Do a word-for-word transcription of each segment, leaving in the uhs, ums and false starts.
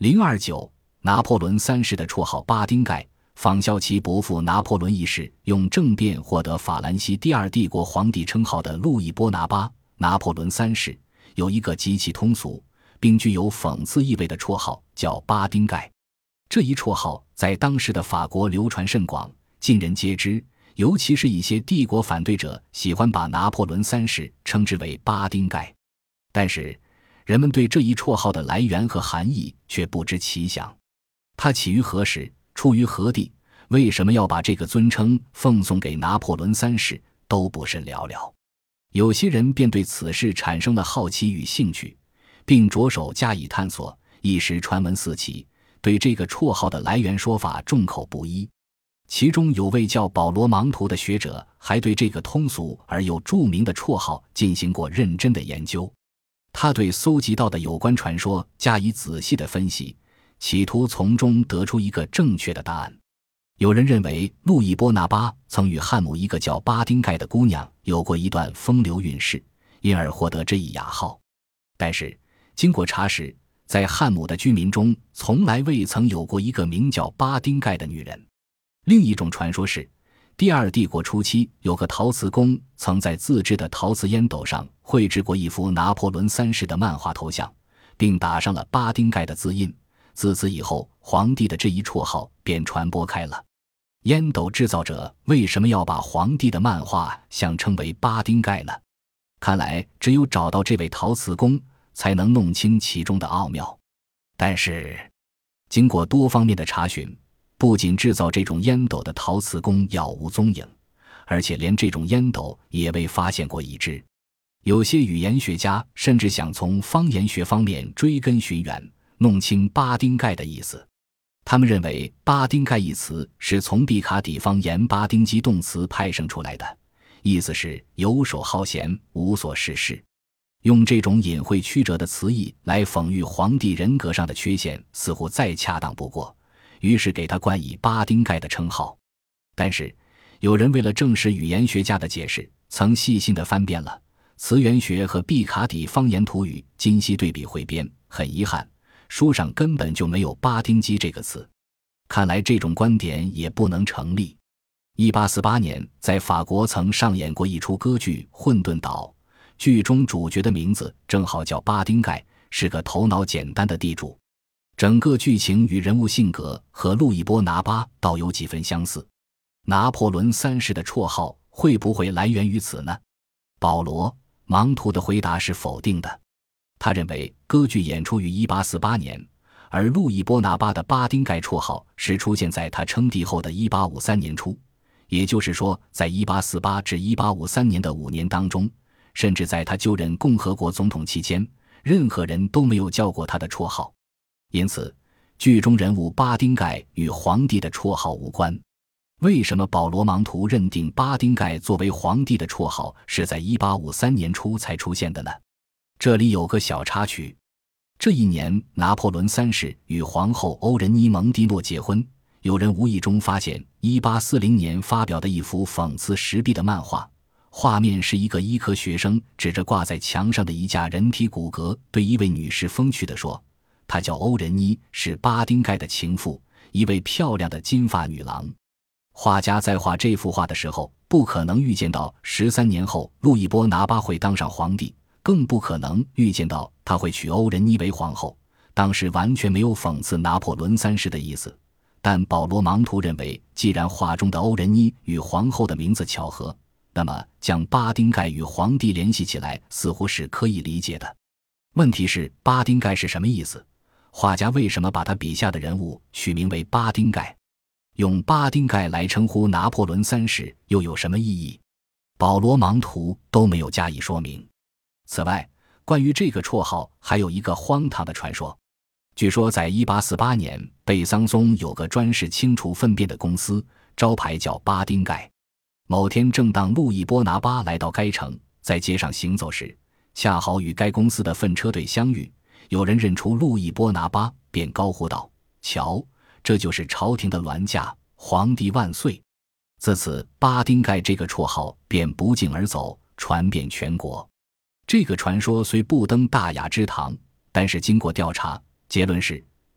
零二九拿破仑三世的绰号巴丁盖，仿效其伯父拿破仑一世用政变获得法兰西第二帝国皇帝称号的路易波拿巴，拿破仑三世有一个极其通俗并具有讽刺意味的绰号，叫巴丁盖。这一绰号在当时的法国流传甚广，尽人皆知，尤其是一些帝国反对者喜欢把拿破仑三世称之为巴丁盖。但是人们对这一绰号的来源和含义却不知其详，它起于何时，出于何地，为什么要把这个尊称奉送给拿破仑三世，都不甚了了。有些人便对此事产生了好奇与兴趣，并着手加以探索，一时传闻四起，对这个绰号的来源说法众口不一。其中有位叫保罗·芒图的学者还对这个通俗而又著名的绰号进行过认真的研究。他对搜集到的有关传说加以仔细的分析，企图从中得出一个正确的答案。有人认为路易波拿巴曾与汉姆一个叫巴丁盖的姑娘有过一段风流韵事，因而获得这一雅号。但是经过查实，在汉姆的居民中从来未曾有过一个名叫巴丁盖的女人。另一种传说是，第二帝国初期有个陶瓷工曾在自制的陶瓷烟斗上绘制过一幅拿破仑三世的漫画头像，并打上了巴丁盖的字印。自此以后，皇帝的这一绰号便传播开了。烟斗制造者为什么要把皇帝的漫画像称为巴丁盖呢？看来只有找到这位陶瓷工才能弄清其中的奥妙。但是经过多方面的查询，不仅制造这种烟斗的陶瓷工杳无踪影，而且连这种烟斗也未发现过一只。有些语言学家甚至想从方言学方面追根寻源，弄清巴丁盖的意思。他们认为巴丁盖一词是从毕卡底方言巴丁基动词派生出来的，意思是游手好闲，无所事事。用这种隐晦曲折的词义来讽喻皇帝人格上的缺陷，似乎再恰当不过，于是给他冠以巴丁盖的称号。但是有人为了证实语言学家的解释，曾细心地翻遍了词源学和毕卡底方言土语，今昔对比汇编，很遗憾，书上根本就没有巴丁基这个词。看来这种观点也不能成立。一八四八年在法国曾上演过一出歌剧《混沌岛》，剧中主角的名字正好叫巴丁盖，是个头脑简单的地主。整个剧情与人物性格和路易波拿巴倒有几分相似。拿破仑三世的绰号会不会来源于此呢？保罗·芒图的回答是否定的。他认为歌剧演出于一八四八年，而路易波拿巴的巴丁盖绰号是出现在他称帝后的一八五三年初，也就是说在一八四八至一八五三年的五年当中，甚至在他就任共和国总统期间，任何人都没有叫过他的绰号。因此剧中人物巴丁盖与皇帝的绰号无关。为什么保罗·芒图认定巴丁盖作为皇帝的绰号是在一八五三年初才出现的呢？这里有个小插曲。这一年拿破仑三世与皇后欧仁妮·蒙蒂诺结婚，有人无意中发现一八四零年发表的一幅讽刺时弊的漫画，画面是一个医科学生指着挂在墙上的一架人体骨骼，对一位女士风趣地说，她叫欧仁妮，是巴丁盖的情妇，一位漂亮的金发女郎。画家在画这幅画的时候，不可能预见到十三年后路易波拿巴会当上皇帝，更不可能预见到他会娶欧仁妮为皇后。当时完全没有讽刺拿破仑三世的意思。但保罗·芒图认为，既然画中的欧仁妮与皇后的名字巧合，那么将巴丁盖与皇帝联系起来似乎是可以理解的。问题是，巴丁盖是什么意思？画家为什么把他笔下的人物取名为巴丁盖？用巴丁盖来称呼拿破仑三世又有什么意义？保罗·芒图都没有加以说明。此外，关于这个绰号还有一个荒唐的传说。据说在一八四八年，贝桑松有个专事清除粪便的公司，招牌叫巴丁盖。某天正当路易波拿巴来到该城，在街上行走时，恰好与该公司的粪车队相遇，有人认出路易波拿巴，便高呼道，瞧，这就是朝廷的銮驾，皇帝万岁。自此巴丁盖这个绰号便不胫而走，传遍全国。这个传说虽不登大雅之堂，但是经过调查，结论是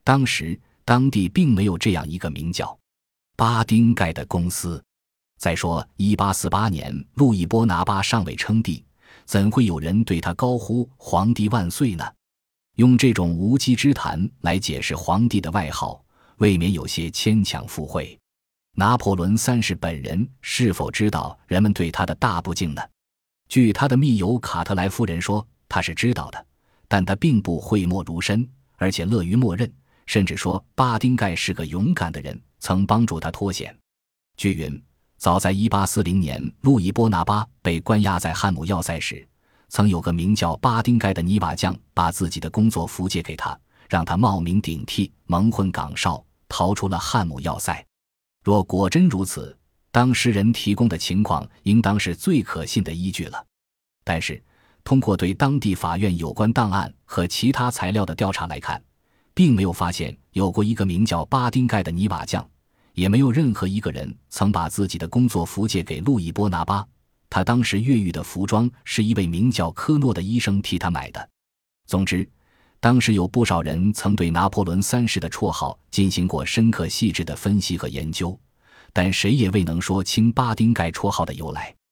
当时当地并没有这样一个名叫巴丁盖的公司。再说一八四八年路易波拿巴尚未称帝，怎会有人对他高呼皇帝万岁呢？用这种无稽之谈来解释皇帝的外号，未免有些牵强附会。拿破仑三世本人是否知道人们对他的大不敬呢？据他的密友卡特莱夫人说，他是知道的，但他并不讳莫如深，而且乐于默认，甚至说巴丁盖是个勇敢的人，曾帮助他脱险。据云，早在一八四零年路易波拿巴被关押在汉姆要塞时，曾有个名叫巴丁盖的泥瓦匠把自己的工作服借给他，让他冒名顶替，蒙混岗哨，逃出了汉姆要塞。若果真如此，当事人提供的情况应当是最可信的依据了。但是通过对当地法院有关档案和其他材料的调查来看，并没有发现有过一个名叫巴丁盖的泥瓦匠，也没有任何一个人曾把自己的工作服借给路易波拿巴。他当时越狱的服装是一位名叫科诺的医生替他买的。总之，当时有不少人曾对拿破仑三世的绰号进行过深刻细致的分析和研究，但谁也未能说清巴丁盖绰号的由来。